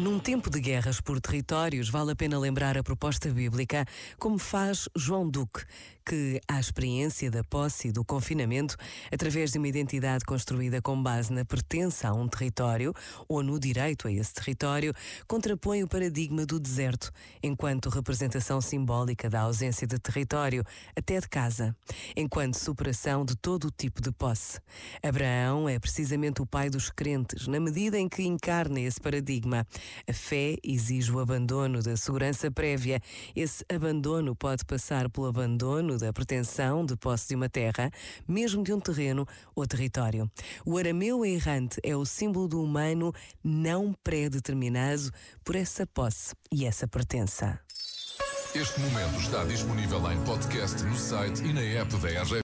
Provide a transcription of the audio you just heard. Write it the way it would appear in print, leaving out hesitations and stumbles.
Num tempo de guerras por territórios, vale a pena lembrar a proposta bíblica, como faz João Duque, que, à experiência da posse e do confinamento, através de uma identidade construída com base na pertença a um território ou no direito a esse território, contrapõe o paradigma do deserto, enquanto representação simbólica da ausência de território, até de casa, enquanto superação de todo o tipo de posse. Abraão é precisamente o pai dos crentes, na medida em que encarna esse paradigma. A fé exige o abandono da segurança prévia. Esse abandono pode passar pelo abandono da pretensão de posse de uma terra, mesmo de um terreno ou território. O arameu errante é o símbolo do humano não pré-determinado por essa posse e essa pertença. Este momento está disponível em podcast no site e na app da RGP.